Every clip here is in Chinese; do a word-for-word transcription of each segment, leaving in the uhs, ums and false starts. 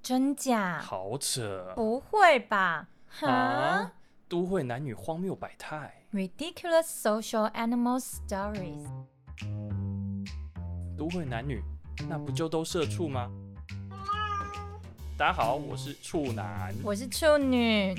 真假？ 好扯， 不会吧？ 啊！都会男女荒谬百态 Ridiculous social animal stories。 都会男女，那不就都社畜吗？大家好，我是处男， 我是处女。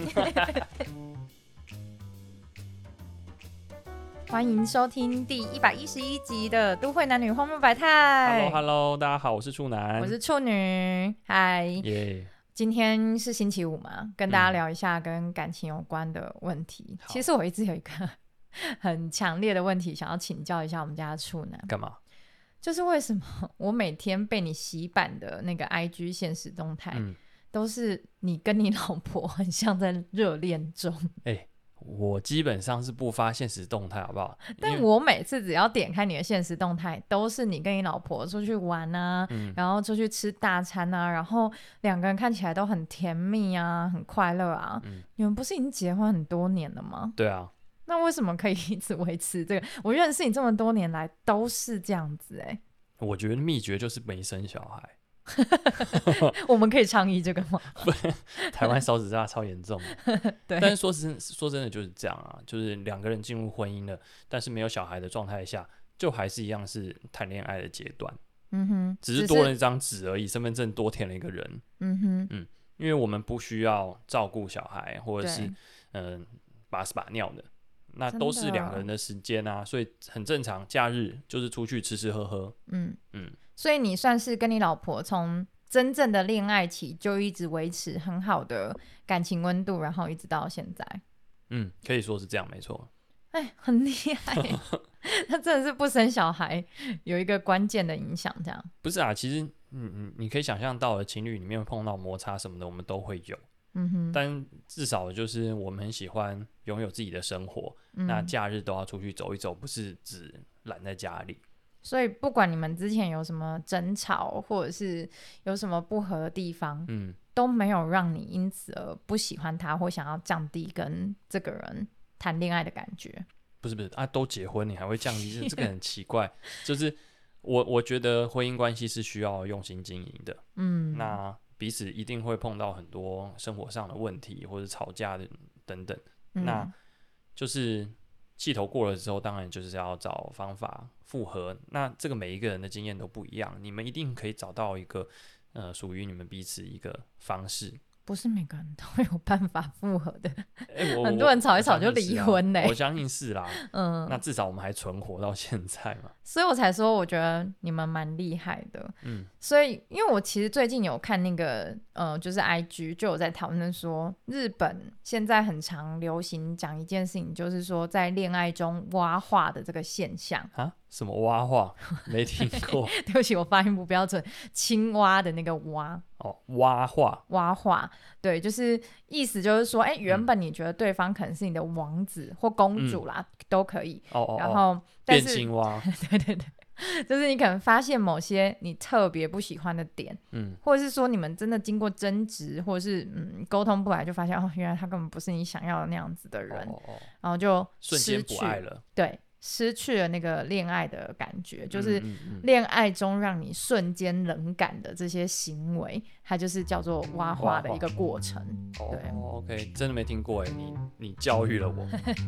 欢迎收听第一百一十一集的《都会男女荒谬百态》。 Hello Hello， 大家好，我是处男， 我是处女。嗨， 耶！ Yeah. 今天是星期五嘛，跟大家聊一下跟感情有关的问题。嗯、其实我一直有一个很强烈的问题，想要请教一下我们家的处男。 干嘛？ 就是为什么我每天被你洗版的那个 I G 限时动态，嗯、都是你跟你老婆很像在热恋中？ 哎、欸。我基本上是不发限时动态，好不好？ 但我每次只要点开你的限时动态，都是你跟你老婆出去玩啊、嗯、然后出去吃大餐啊，然后两个人看起来都很甜蜜啊，很快乐啊、嗯、你们不是已经结婚很多年了吗？ 对啊， 那为什么可以一直维持这个？我认识你这么多年来都是这样子。欸、 我觉得秘诀就是没生小孩。 我们可以倡议这个吗？ 台湾少子化超严重对， 但是说真说真的就是这样啊，就是两个人进入婚姻了，但是没有小孩的状态下，就还是一样是谈恋爱的阶段。嗯哼，只是多了一张纸而已，身份证多填了一个人。嗯哼，嗯，因为我们不需要照顾小孩，或者是嗯、呃、把屎把尿的，那都是两个人的时间啊，所以很正常。假日就是出去吃吃喝喝。嗯嗯。 所以你算是跟你老婆从真正的恋爱期就一直维持很好的感情温度，然后一直到现在。 嗯，可以说是这样，没错。 哎，很厉害。那真的是不生小孩有一个关键的影响，这样。 不是啊，其实嗯你可以想象到的情侣里面碰到摩擦什么的，我们都会有。嗯哼。但至少就是我们很喜欢拥有自己的生活，嗯、那假日都要出去走一走，不是只懒在家里。 所以不管你们之前有什么争吵，或者是有什么不合的地方，嗯，都没有让你因此而不喜欢他，或想要降低跟这个人谈恋爱的感觉。 不是不是啊，都结婚你还会降低，这个很奇怪。就是我我觉得婚姻关系是需要用心经营的，嗯，那彼此一定会碰到很多生活上的问题或者吵架的等等，嗯、那就是气头过了之后，当然就是要找方法复合。那这个每一个人的经验都不一样，你们一定可以找到一个呃属于你们彼此一个方式。 不是每个人都会有办法复合的， 欸、 很多人吵一吵就离婚嘞、欸。 我相信是啦，嗯，那至少我们还存活到现在嘛。 所以我才说，我觉得你们蛮厉害的。嗯，所以因为我其实最近有看那个呃，就是 I G 就有在讨论说，日本现在很常流行讲一件事情，就是说在恋爱中蛙化的这个现象啊。什么蛙化？没听过。 对不起，我发音不标准。青蛙的那个蛙哦，蛙化， 蛙化，对，就是意思就是说，哎、欸，原本你觉得对方可能是你的王子或公主啦，嗯、都可以。 哦哦哦。 然后，但是变青蛙。 对对对，就是你可能发现某些你特别不喜欢的点，嗯，或者是说你们真的经过争执，或者是嗯沟通不来，就发现哦，原来他根本不是你想要的那样子的人，哦哦哦，然后就瞬间不爱了， 对。失去了那个恋爱的感觉，就是恋爱中让你瞬间冷感的这些行为，它就是叫做蛙化的一个过程。对、 哦、，OK， 真的没听过哎，你你教育了我。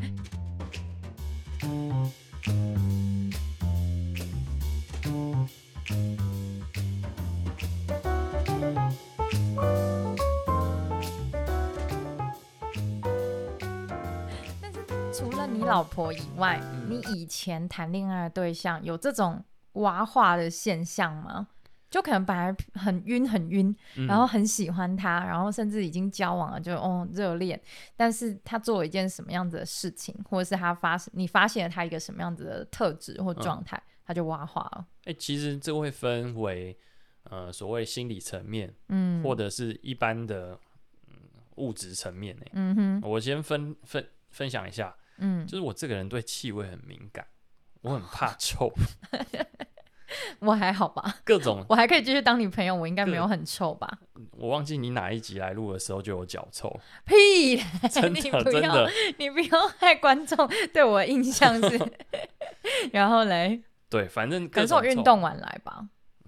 除了你老婆以外，嗯、你以前谈恋爱的对象有这种蛙化的现象吗？就可能本来很晕很晕，嗯、然后很喜欢他，然后甚至已经交往了，就哦热恋，但是他做了一件什么样子的事情，或者是他发你发现了他一个什么样子的特质或状态，嗯、他就蛙化了。 欸、其实这会分为呃所谓心理层面，嗯，或者是一般的、嗯、物质层面、欸、嗯哼，我先分分分享一下。嗯，就是我这个人对气味很敏感，我很怕臭。 我还好吧， 各种我还可以继续当你朋友，我应该没有很臭吧？ 我忘记你哪一集来录的时候就有脚臭。 屁！ 真的你不要真的， 你不要害观众对我的印象是。然后嘞， 对，反正可能是我运动完来吧。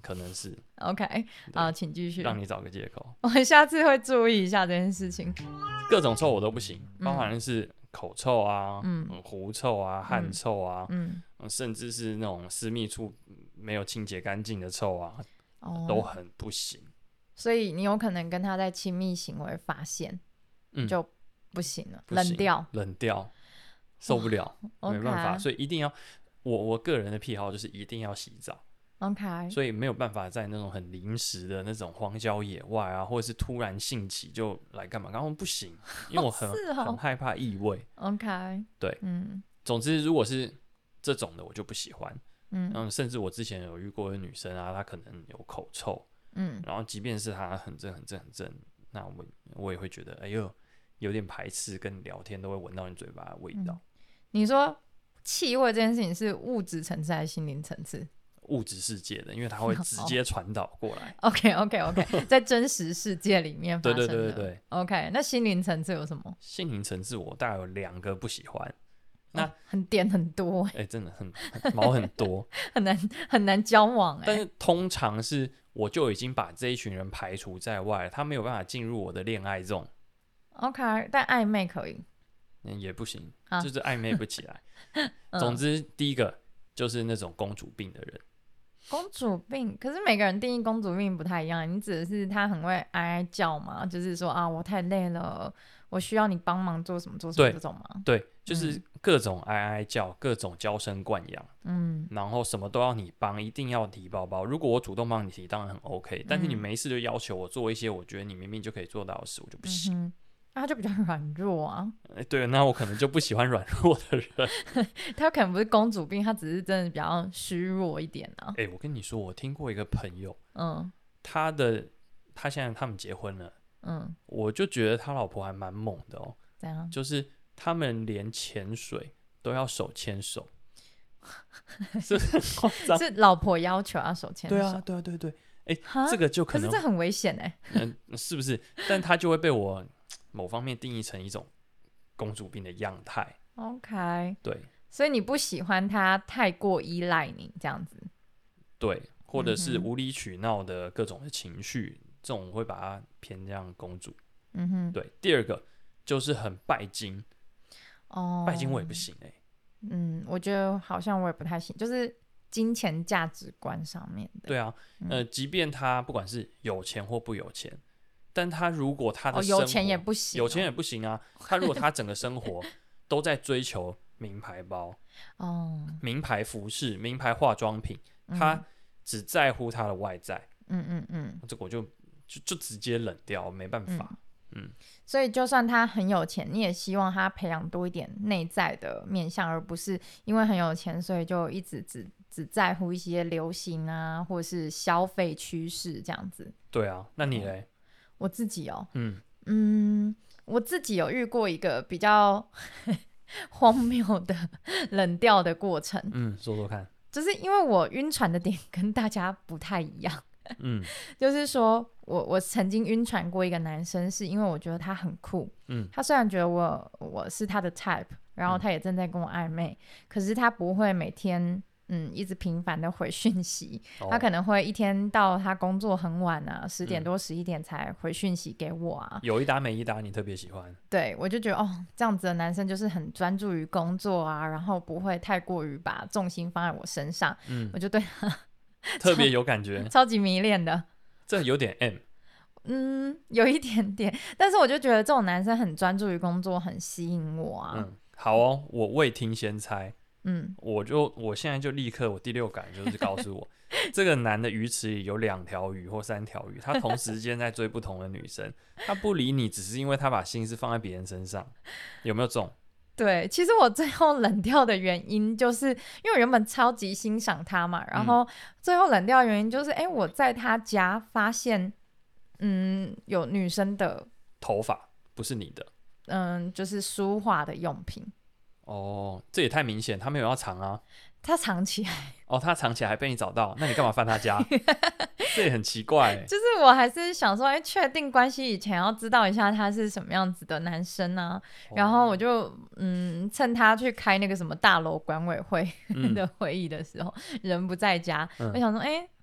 可能是。 OK， 好，请继续。 让你找个借口。 我下次会注意一下这件事情。 各种臭我都不行，包含是口臭啊、嗯、狐臭啊、汗臭啊，嗯嗯、甚至是那种私密处没有清洁干净的臭啊，哦、都很不行。 所以你有可能跟他在亲密行为发现，嗯、就不行了，不行冷掉， 冷掉，受不了，哦、没办法， okay. 所以一定要我我个人的癖好就是一定要洗澡。 OK， 所以没有办法在那种很临时的那种荒郊野外啊，或者是突然兴起就来干嘛，然后不行，因为我很、哦、很害怕异味。 OK， 对，嗯，总之如果是这种的我就不喜欢，嗯，然后甚至我之前有遇过的女生啊，她可能有口臭，嗯，然后即便是她很正很正很正，那我我也会觉得哎呦有点排斥，跟你聊天都会闻到你嘴巴的味道。 嗯、你说气味这件事情是物质层次还是心灵层次？ 物质世界的，因为它会直接传导过来。 OK OK OK， 在真实世界里面发生的。 对对对对对。 OK， 那心灵层次有什么？ 心灵层次我大概有两个不喜欢，那、 哦、很点很多， 哎、欸，真的很毛很多， 很难很难交往哎。 但是通常是我就已经把这一群人排除在外了，他没有办法进入我的恋爱中。 OK， 但暧昧可以。 嗯，也不行，啊、就是暧昧不起来。嗯、总之，第一个就是那种公主病的人。 公主病，可是每个人定义公主病不太一样。你指的是他很会哀哀叫吗？就是说啊，我太累了，我需要你帮忙做什么做什么这种吗？ 对，就是各种哀哀叫，嗯、各种娇生惯养，嗯，然后什么都要你帮，一定要提包包。如果我主动帮你提，当然很 OK， 但是你没事就要求我做一些我觉得你明明就可以做到的事，我就不行。嗯那他就比较软弱啊、 欸。对，那我可能就不喜欢软弱的人。 他可能不是公主病，他只是真的比较虚弱一点啊。 哎、欸，我跟你说，我听过一个朋友，嗯，他的他现在他们结婚了，嗯，我就觉得他老婆还蛮猛的哦。 怎样？ 就是他们连潜水都要手牵手，是很夸张。 是老婆要求要手牵手？ 对啊，对啊，对对。哎、欸，这个就可能， 可是这很危险哎、 欸。嗯，是不是？但他就会被我某方面定义成一种公主病的样态。 OK， 对， 所以你不喜欢他太过依赖你这样子。 对，或者是无理取闹的各种的情绪，嗯、这种会把它偏向公主。嗯哼，对。第二个就是很拜金。哦，拜金我也不行哎、欸。 嗯，我觉得好像我也不太行，就是金钱价值观上面的。 对啊，呃，即便他不管是有钱或不有钱。但他如果他的生活、 哦、有钱也不行、 哦，有钱也不行啊。他如果他整个生活都在追求名牌包、哦、名牌服饰、名牌化妆品，嗯、他只在乎他的外在，嗯嗯嗯，这个我就就就直接冷掉，没办法。嗯，嗯所以就算他很有钱，你也希望他培养多一点内在的面向，而不是因为很有钱，所以就一直只只在乎一些流行啊，或是消费趋势这样子。 对啊，那你嘞？ 我自己哦，嗯嗯，我自己有遇过一个比较荒谬的冷掉的过程。 嗯，说说看。 就是因为我晕船的点跟大家不太一样。嗯，就是说我我曾经晕船过一个男生，是因为我觉得他很酷。嗯，他虽然觉得我我是他的 type， 然后他也正在跟我暧昧，嗯、可是他不会每天。嗯，一直频繁的回讯息、哦，他可能会一天到他工作很晚啊，十点多十一点才回讯息给我啊。 有一搭没一搭，你特别喜欢？ 对，我就觉得哦，这样子的男生就是很专注于工作啊，然后不会太过于把重心放在我身上。嗯，我就对他特别有感觉， 超级迷恋的。 这有点 M。 嗯，有一点点，但是我就觉得这种男生很专注于工作，很吸引我啊。 嗯，好哦，我未听先猜。嗯，我就我现在就立刻，我第六感就是告诉我，这个男的鱼池里有两条鱼或三条鱼，他同时间在追不同的女生，他不理你，只是因为他把心思放在别人身上，有没有中？ 对，其实我最后冷掉的原因，就是因为我原本超级欣赏他嘛，然后最后冷掉的原因就是，哎、欸，我在他家发现，嗯，有女生的头发，不是你的， 嗯，就是梳化的用品。 哦，这也太明显，他没有要藏啊， 他藏起来。 哦，他藏起来还被你找到，那你干嘛翻他家？这也很奇怪。 就是我还是想说，哎、欸，确定关系以前要知道一下他是什么样子的男生啊。哦、然后我就嗯，趁他去开那个什么大楼管委会的会议的时候，嗯、人不在家，嗯、我想说，哎、欸。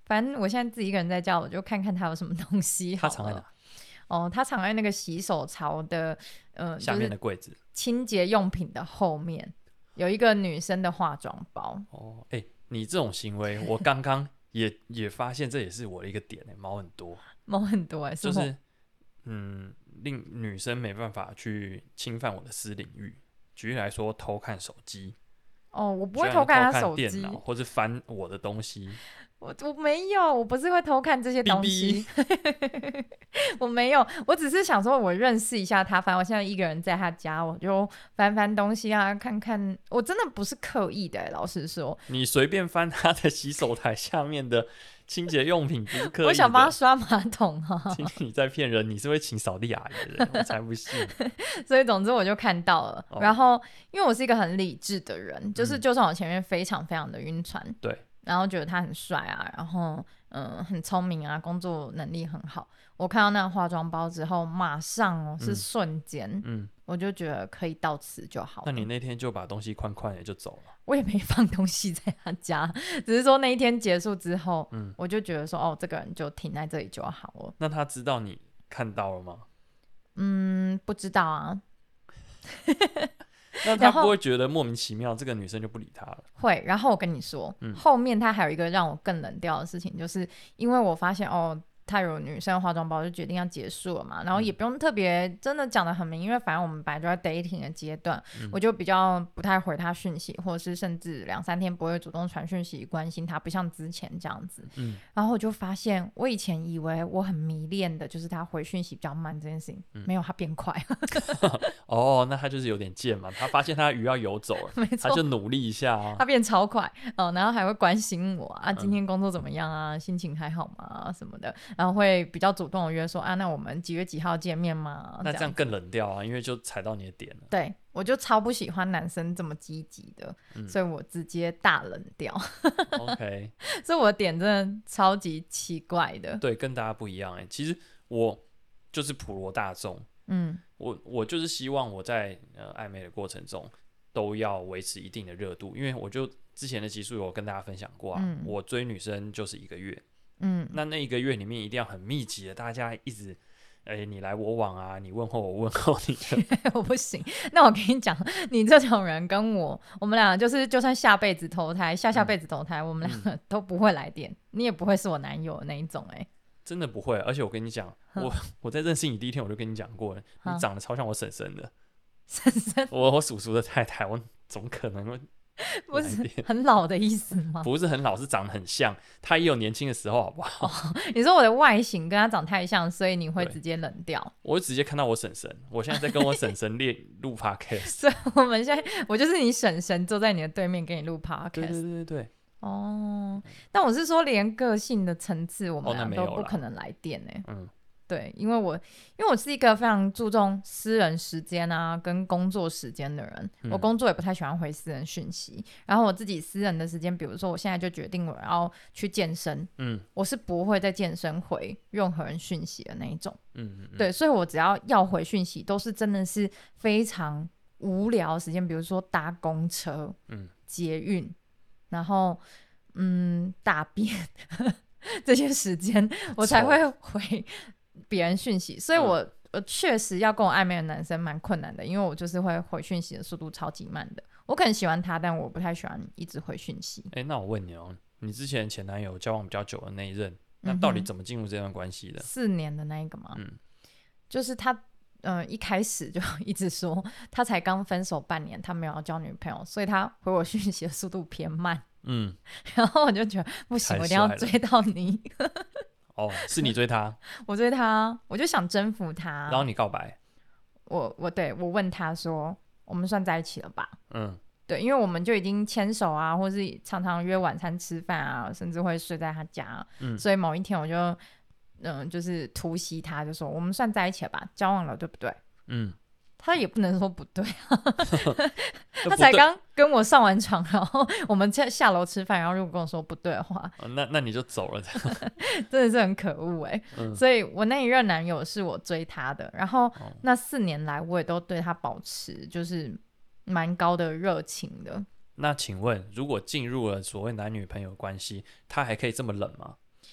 反正我现在自己一个人在家，我就看看他有什么东西好了。 他藏在哪？ 哦，他藏在那个洗手槽的呃下面的柜子， 就是清洁用品的后面有一个女生的化妆包。 哦，哎、欸，你这种行为，我刚刚也也发现这也是我的一个点、欸，毛很多， 毛很多哎、欸， 就是嗯，令女生没办法去侵犯我的私领域。举例来说，偷看手机。 哦，我不会偷看他手机， 电脑或是翻我的东西。 我我没有，我不是会偷看这些东西。我没有，我只是想说，我认识一下他。反正我现在一个人在他家，我就翻翻东西啊，看看。我真的不是刻意的、欸，老实说。 你随便翻他的洗手台下面的清洁用品，不是刻意的。 我想帮他刷马桶啊。 你在骗人，你是会请扫地阿姨的人，我才不信。 所以总之我就看到了，哦、然后因为我是一个很理智的人，就是就算我前面非常非常的晕船， 对、嗯， 然后觉得他很帅啊，然后嗯、呃、很聪明啊，工作能力很好，我看到那个化妆包之后，马上哦是瞬间，嗯，我就觉得可以到此就好了。 那你那天就把东西宽宽也就走了？ 我也没放东西在他家，只是说那一天结束之后，嗯，我就觉得说哦，这个人就停在这里就好了。 那他知道你看到了吗？ 嗯，不知道啊。 那他不会觉得莫名其妙，这个女生就不理他了？ 会。然后我跟你说、嗯，后面他还有一个让我更冷掉的事情，就是因为我发现哦，他有女生化妆包，就决定要结束了嘛，然后也不用特别真的讲得很明，因为反正我们本来就在 dating 的阶段、嗯，我就比较不太回他讯息，或者是甚至两三天不会主动传讯息关心他，不像之前这样子。嗯，然后我就发现，我以前以为我很迷恋的就是他回讯息比较慢这件事情，嗯、没有，他变快。 哦，那他就是有点贱嘛，他发现他的鱼要游走了， 没错， 他就努力一下啊， 他变超快哦，然后还会关心我啊，今天工作怎么样啊，嗯、心情还好吗什么的。然后会比较主动的约说啊，那我们几月几号见面吗？ 那这样更冷掉啊，因为就踩到你的点了。 对，我就超不喜欢男生这么积极的、嗯，所以我直接大冷掉。 OK， 所以我的点真的超级奇怪的。 对，跟大家不一样哎、欸。其实我就是普罗大众，嗯，我我就是希望我在呃暧昧的过程中都要维持一定的热度，因为我就之前的集数有跟大家分享过啊，嗯、我追女生就是一个月。嗯，那那一个月里面一定要很密集的，大家一直，哎、欸，你来我往啊，你问候我问候你的。 我不行，那我跟你讲，你这种人跟我，我们两个就是，就算下辈子投胎，下下辈子投胎，嗯、我们两个都不会来电，你也不会是我男友的那一种、欸，哎， 真的不会。而且我跟你讲，我我在认识你第一天我就跟你讲过了，你长得超像我婶婶的， 婶婶， 我我叔叔的太太，我怎么可能会？ 不是很老的意思吗？ 不是很老，是长得很像。他也有年轻的时候，好不好？ 哦、你说我的外形跟他长太像，所以你会直接冷掉？ 我会直接看到我婶婶，我现在在跟我婶婶列录 podcast， 所以我们现在我就是你婶婶坐在你的对面跟你录 podcast。 对对对对。 哦，但我是说，连个性的层次，我们俩都不可能来电呢、欸。嗯。对，因为我因为我是一个非常注重私人时间啊跟工作时间的人、嗯，我工作也不太喜欢回私人讯息，然后我自己私人的时间，比如说我现在就决定我要去健身，嗯，我是不会在健身回任何人讯息的那一种，嗯嗯，对，所以我只要要回讯息，都是真的是非常无聊的时间，比如说搭公车，嗯，捷运，然后嗯大便这些时间，我才会回别人讯息，所以我、嗯、我确实要跟我暧昧的男生蛮困难的，因为我就是会回讯息的速度超级慢的。我可能喜欢他，但我不太喜欢一直回讯息。 哎、欸，那我问你哦，你之前前男友交往比较久的那一任，那到底怎么进入这段关系的？ 四年的那一个吗？嗯，就是他，嗯、呃，一开始就一直说他才刚分手半年，他没有要交女朋友，所以他回我讯息的速度偏慢。嗯，然后我就觉得不行，我一定要追到你。 哦，是你追他？ 我追他，我就想征服他。 然后你告白？ 我我对我问他说，我们算在一起了吧？嗯，对，因为我们就已经牵手啊，或是常常约晚餐吃饭啊，甚至会睡在他家。嗯，所以某一天我就嗯、呃，就是突袭他，就说我们算在一起了吧？交往了，对不对？嗯。他也不能说不对啊，他才刚跟我上完床，然后我们下楼吃饭，然后如果跟我说不对的话， 哦、那那你就走了， 真的是很可恶哎、欸嗯。所以我那一任男友是我追他的，然后那四年来我也都对他保持就是蛮高的热情的。 那请问，如果进入了所谓男女朋友关系，他还可以这么冷吗？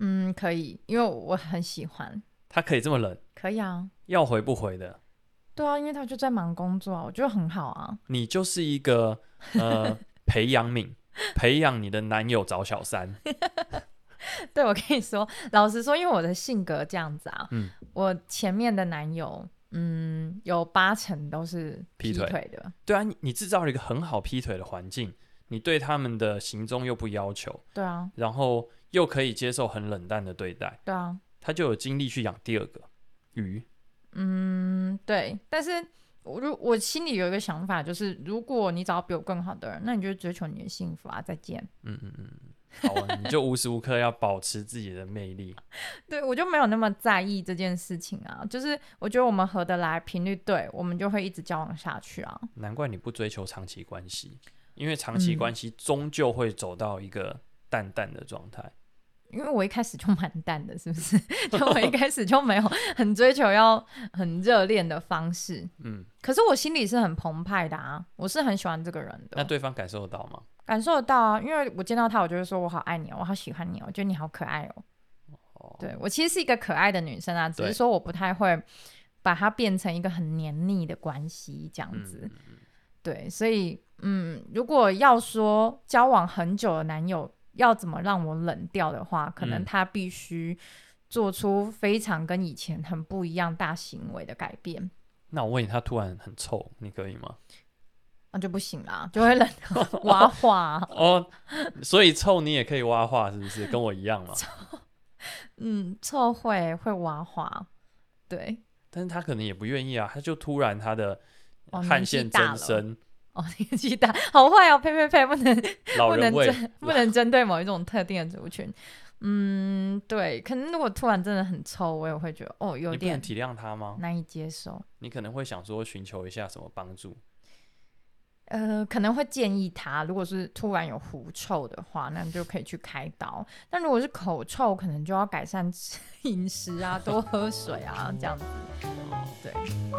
嗯，可以，因为我很喜欢。 他可以这么冷？ 可以啊。 要回不回的？ 对啊，因为他就在忙工作啊，我觉得很好啊。 你就是一个呃培养皿，培养你的男友找小三。 对，我跟你说，老实说，因为我的性格这样子啊， 嗯， 我前面的男友，嗯，有八成都是劈腿的。 劈腿对啊，你你制造了一个很好劈腿的环境，你对他们的行踪又不要求， 对啊， 然后又可以接受很冷淡的对待， 对啊， 他就有精力去养第二个鱼。 嗯，对，但是我我心里有一个想法，就是如果你找到比我更好的人，那你就追求你的幸福啊，再见。 嗯嗯嗯，好啊，你就无时无刻要保持自己的魅力。 对，我就没有那么在意这件事情啊，就是我觉得我们合得来，频率对，我们就会一直交往下去啊。 难怪你不追求长期关系，因为长期关系终究会走到一个淡淡的状态。 因为我一开始就蛮淡的，是不是？就我一开始就没有很追求要很热恋的方式。嗯，可是我心里是很澎湃的啊，我是很喜欢这个人的。 那对方感受得到吗？ 感受得到啊，因为我见到他，我就会说我好爱你哦，我好喜欢你哦，我觉得你好可爱哦。哦，对，我其实是一个可爱的女生啊，只是说我不太会把它变成一个很黏腻的关系这样子。嗯、对，所以嗯，如果要说交往很久的男友要怎么让我冷掉的话，可能他必须做出非常跟以前很不一样大行为的改变。 那我问你，他突然很臭，你可以吗？ 那就不行啦，就会冷挖化、啊、 哦，所以臭你也可以挖化是不是？跟我一样嘛。 嗯，臭会会挖化，对。 但是他可能也不愿意啊，他就突然他的汗腺增生。 哦，年纪大，好坏哦，呸呸呸，不能老人味， 不能针不能针对某一种特定的族群。嗯，对，可能如果突然真的很臭，我也会觉得哦，有点。 你不能体谅他吗？ 难以接受。 你可能会想说寻求一下什么帮助。 呃，可能会建议他，如果是突然有狐臭的话，那就可以去开刀。但如果是口臭，可能就要改善饮食啊，多喝水啊，这样子。对。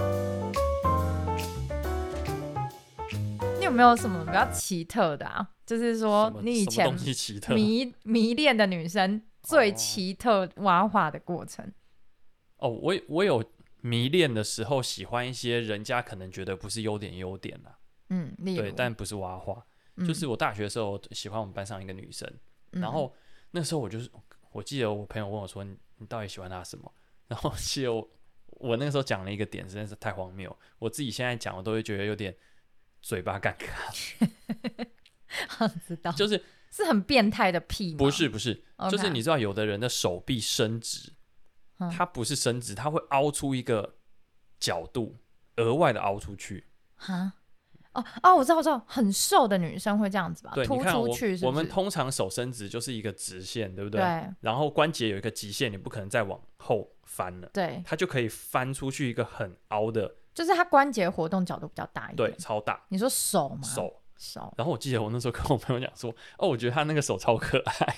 你有没有什么比较奇特的啊？就是说，你以前迷迷恋的女生最奇特挖化的过程？ 哦，我我有迷恋的时候，喜欢一些人家可能觉得不是优点优点啦。 嗯， 对，但不是挖化、嗯，就是我大学的时候喜欢我们班上一个女生，嗯、然后那时候我就是，我记得我朋友问我说你：“你到底喜欢她什么？”然后记得我我那个时候讲了一个点，实在是太荒谬，我自己现在讲我都会觉得有点嘴巴尴尬。 好，知道， 就是是很变态的癖吗？ 不是不是， okay. 就是你知道有的人的手臂伸直，嗯、他不是伸直，他会凹出一个角度，额外的凹出去。 哈。哦哦，我知道，我知道，很瘦的女生会这样子吧？ 对， 突出去是不是？ 我们通常手伸直就是一个直线，对不对？ 对。 然后关节有一个极限，你不可能再往后翻了。 对。 它就可以翻出去一个很凹的， 就是它关节活动角度比较大一点。 对，超大。 你说手吗？ 手手。 然后我记得我那时候跟我朋友讲说，哦，我觉得他那个手超可爱。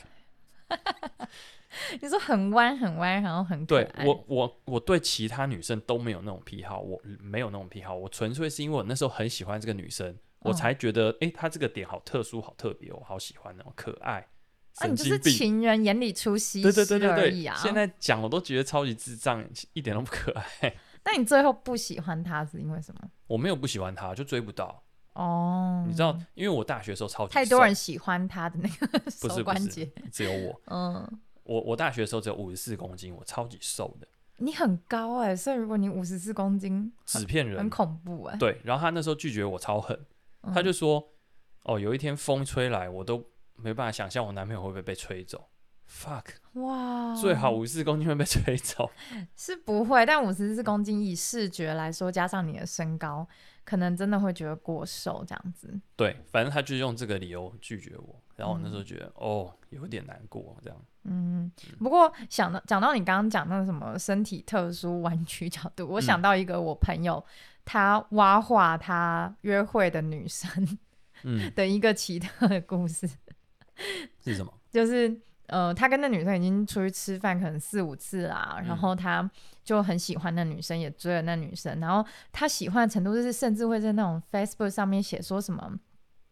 你说很弯很弯，然后很可爱。 对，我我我对其他女生都没有那种癖好，我没有那种癖好，我纯粹是因为我那时候很喜欢这个女生，我才觉得，哎、嗯，她这个点好特殊，好特别，我好喜欢那种可爱。 啊，你就是情人眼里出西施而已啊！ 对对对对对，现在讲我都觉得超级智障，一点都不可爱。 那你最后不喜欢她是因为什么？ 我没有不喜欢她，就追不到。 哦， 你知道，因为我大学的时候超级太多人喜欢她的那个手关节， 不是不是，只有我。嗯。我我大学的时候只有五十四公斤，我超级瘦的。 你很高哎、欸，所以如果你五十四公斤， 纸片人， 很恐怖哎、欸。 对，然后他那时候拒绝我超狠，嗯、他就说：“哦，有一天风吹来，我都没办法想象我男朋友会不会被吹走。” Fuck！ 哇，最好五十四公斤会被吹走， 是不会，但五十四公斤以视觉来说，加上你的身高，可能真的会觉得过瘦这样子。 对，反正他就用这个理由拒绝我，然后我那时候觉得、嗯、哦，有点难过这样。 嗯，不过想到讲到你刚刚讲那个什么身体特殊弯曲角度，我想到一个我朋友、嗯、他挖化他约会的女生的一个奇特的故事、 嗯、是什么？ 就是呃，他跟那女生已经出去吃饭可能四五次啦、嗯、然后他就很喜欢那女生，也追了那女生，然后他喜欢的程度就是甚至会在那种 Facebook 上面写说什么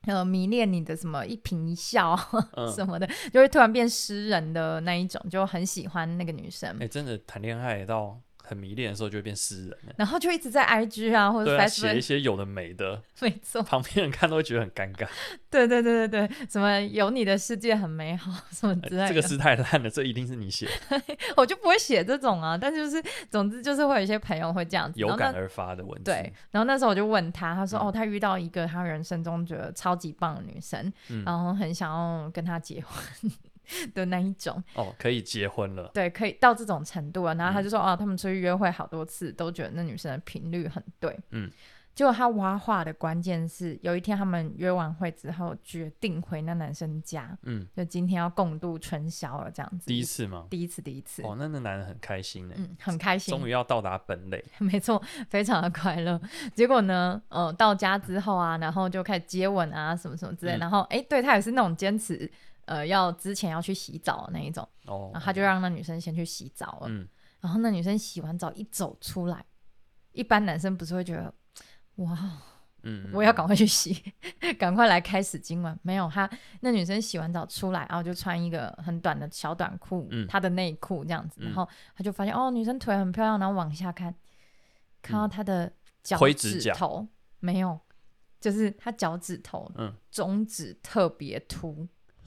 呃迷恋你的什么一颦一笑什么的，嗯、就会突然变诗人的那一种，就很喜欢那个女生。 哎、欸，真的谈恋爱到很迷恋的时候就会变诗人， 然后就一直在 I G 啊或者 Facebook 写、啊、一些有的没的， 没错， 旁边人看都会觉得很尴尬。 对对对对对，什么有你的世界很美好什么之类的，欸、 这个诗太烂了，这一定是你写。 我就不会写这种啊，但是就是总之就是会有一些朋友会这样子， 有感而发的文字。 对，然后那时候我就问他，他说、嗯、哦，他遇到一个他人生中觉得超级棒的女生，嗯、然后很想要跟他结婚。的那一种哦，可以结婚了， 对，可以到这种程度了。然后他就说、嗯、哦，他们出去约会好多次，都觉得那女生的频率很对。嗯，结果他挖话的关键是，有一天他们约完会之后，决定回那男生家。嗯，就今天要共度春宵了，这样子。 第一次吗？ 第一次，第一次。 哦，那那男人很开心呢。 嗯，很开心， 终于要到达本垒。 没错，非常的快乐。结果呢，呃，到家之后啊，然后就开始接吻啊，什么什么之类。嗯、然后，哎，对他也是那种坚持。呃，要之前要去洗澡的那一种，哦、然后他就让那女生先去洗澡了，嗯、然后那女生洗完澡一走出来，一般男生不是会觉得，哇，嗯，我要赶快去洗，赶快来开始今晚。没有，他那女生洗完澡出来，然后就穿一个很短的小短裤，嗯、她的内裤这样子，然后他就发现哦，女生腿很漂亮，然后往下看，看到她的脚趾头、嗯、没有，就是她脚趾头，嗯、中指特别凸。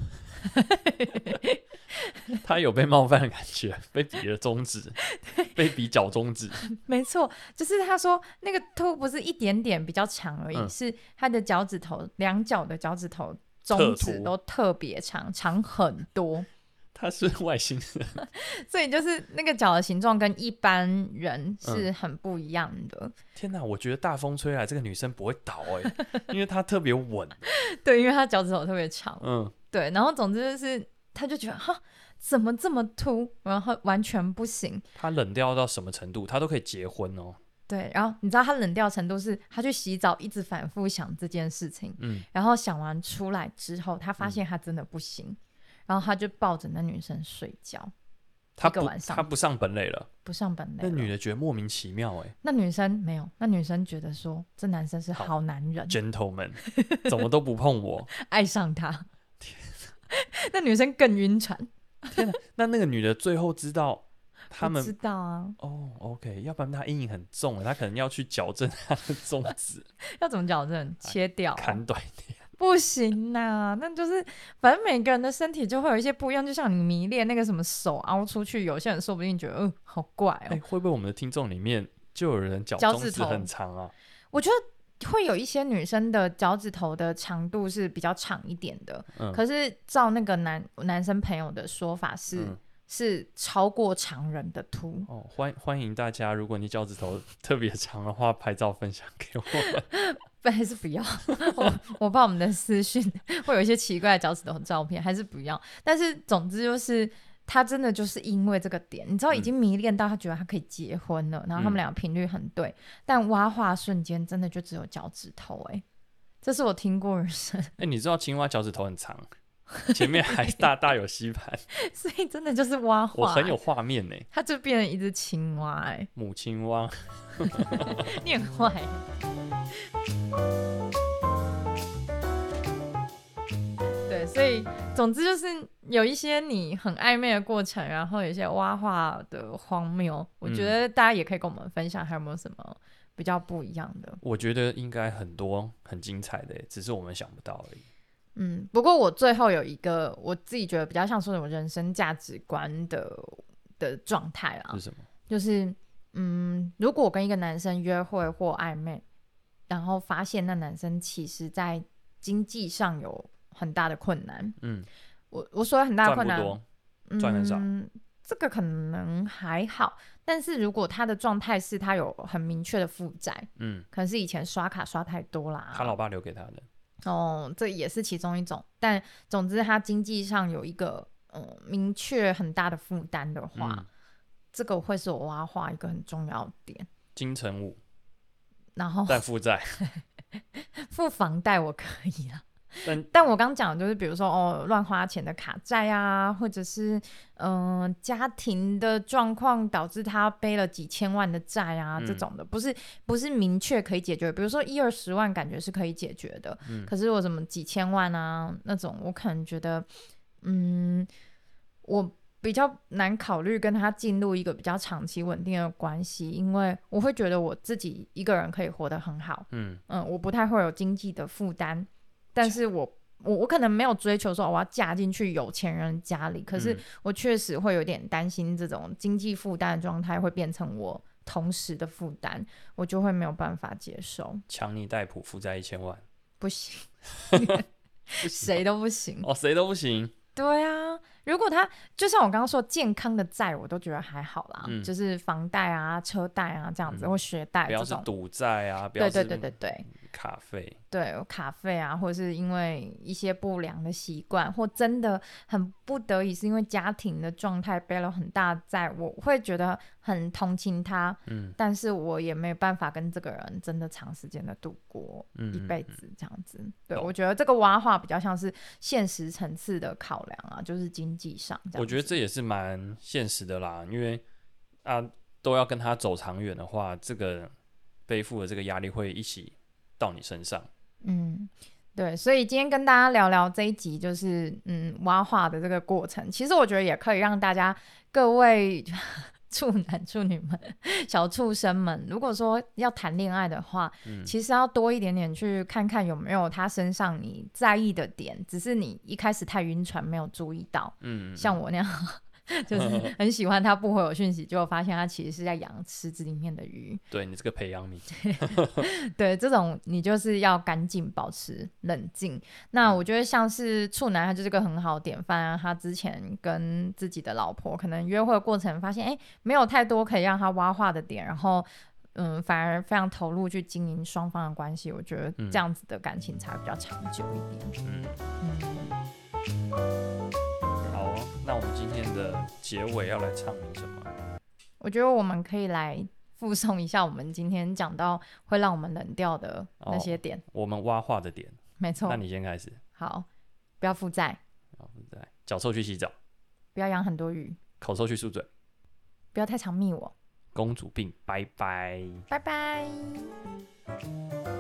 他有被冒犯的感觉，被比了中指，被比脚中指。 没错，就是他说那个凸不是一点点比较长而已，嗯、是他的脚趾头，两脚的脚趾头中指都特别长，长很多。 他是外星人， 所以就是那个脚的形状跟一般人是很不一样的。嗯、 天哪，我觉得大风吹来，这个女生不会倒哎、欸，因为她特别稳。 对，因为她脚趾头特别长。嗯，对，然后总之就是他就觉得哈，怎么这么凸，然后完全不行。 他冷掉到什么程度，他都可以结婚哦。 对，然后你知道他冷掉程度是，他去洗澡一直反复想这件事情，嗯，然后想完出来之后，他发现他真的不行，嗯、然后他就抱着那女生睡觉， 他一个晚上， 他不上本垒了， 不上本垒。 那女的觉得莫名其妙哎， 那女生没有，那女生觉得说这男生是好男人 ，gentleman， 怎么都不碰我， 爱上他。那女生更晕船。 天哪！那那个女的最后知道他们知道啊？ 哦、oh, ，OK， 要不然她阴影很重，她可能要去矫正她的中指。 要怎么矫正？切掉、啊？ 砍短一点？不行呐，那就是反正每个人的身体就会有一些不一样，就像你迷恋那个什么手凹出去，有些人说不定觉得嗯、呃、好怪哦、 欸。会不会我们的听众里面就有人脚中指很长啊？ 我觉得。会有一些女生的脚趾头的长度是比较长一点的，嗯、可是照那个男男生朋友的说法是、嗯、是超过常人的凸。 哦，欢欢迎大家，如果你脚趾头特别长的话，拍照分享给我。 不，还是不要，我我怕我们的私讯会有一些奇怪的脚趾头的照片，还是不要。但是总之就是。他真的就是因为这个点，你知道已经迷恋到他觉得他可以结婚了，嗯、然后他们俩频率很对，嗯、但挖话瞬间真的就只有脚趾头哎、欸，这是我听过人生。哎、 欸，你知道青蛙脚趾头很长，前面还大大有吸盘， 所以真的就是挖话、欸， 我很有画面呢、欸， 他就变成一只青蛙哎、欸， 母青蛙， 你很坏。对，所以总之就是有一些你很暧昧的过程，然后有一些挖话的荒谬，嗯、我觉得大家也可以跟我们分享，还有没有什么比较不一样的？ 我觉得应该很多很精彩的，只是我们想不到而已。 嗯，不过我最后有一个我自己觉得比较像说我人生价值观的的状态啦， 是什么？ 就是嗯，如果我跟一个男生约会或暧昧，然后发现那男生其实在经济上有很大的困难，嗯，我我说很大的困难， 赚不多，赚很少， 嗯，这个可能还好，但是如果他的状态是他有很明确的负债，嗯，可能是以前刷卡刷太多啦， 他老爸留给他的， 哦，这也是其中一种，但总之他经济上有一个嗯明确很大的负担的话，嗯、这个会是我挖话一个很重要的点。 金城武， 然后但负债， 付房贷我可以啦。 但但我刚讲的就是，比如说哦，乱花钱的卡债啊，或者是嗯、呃、家庭的状况导致他背了几千万的债啊，嗯、这种的，不是不是明确可以解决。比如说一二十万，感觉是可以解决的，嗯、可是我什么几千万啊那种，我可能觉得，嗯，我比较难考虑跟他进入一个比较长期稳定的关系，因为我会觉得我自己一个人可以活得很好，嗯嗯，我不太会有经济的负担，但是我我我可能没有追求说我要嫁进去有钱人家里，可是我确实会有点担心这种经济负担的状态会变成我同时的负担，我就会没有办法接受。 强尼戴普负债一千万， 不行，谁都不行哦，谁都不行。 对啊，如果他就像我刚刚说健康的债我都觉得还好啦、嗯、就是房贷啊车贷啊这样子、嗯、或学贷这种， 不要是赌债啊，不要是对对对对对卡费， 对卡费啊，或者是因为一些不良的习惯，或真的很不得已是因为家庭的状态背了很大债，我会觉得很同情他、嗯、但是我也没有办法跟这个人真的长时间的度过一辈子这样子、嗯、对、哦、我觉得这个挖话比较像是现实层次的考量啊，就是经济上这样子。 我觉得这也是蛮现实的啦，因为啊都要跟他走长远的话，这个背负的这个压力会一起到你身上。 嗯，对，所以今天跟大家聊聊这一集，就是嗯挖话的这个过程。其实我觉得也可以让大家各位处男处女们、小畜生们，如果说要谈恋爱的话、嗯，其实要多一点点去看看有没有他身上你在意的点，只是你一开始太晕船没有注意到。嗯，像我那样。就是很喜欢他不回我讯息，结果发现他其实是在养池子里面的鱼。 对，你这个培养皿。 对，这种你就是要赶紧保持冷静。那我觉得像是处男，他就是个很好的典范啊。他之前跟自己的老婆可能约会的过程，发现哎没有太多可以让他挖话的点，然后嗯反而非常投入去经营双方的关系。我觉得这样子的感情才比较长久一点。嗯嗯。那我们今天的结尾要来唱明什么？ 我觉得我们可以来附送一下我们今天讲到会让我们冷掉的那些点、哦、 我们挖话的点。 没错， 那你先开始。 好，不要负债， 不要负债，脚臭去洗澡， 不要养很多鱼， 口臭去漱嘴， 不要太常密我， 公主病，拜拜， 拜拜。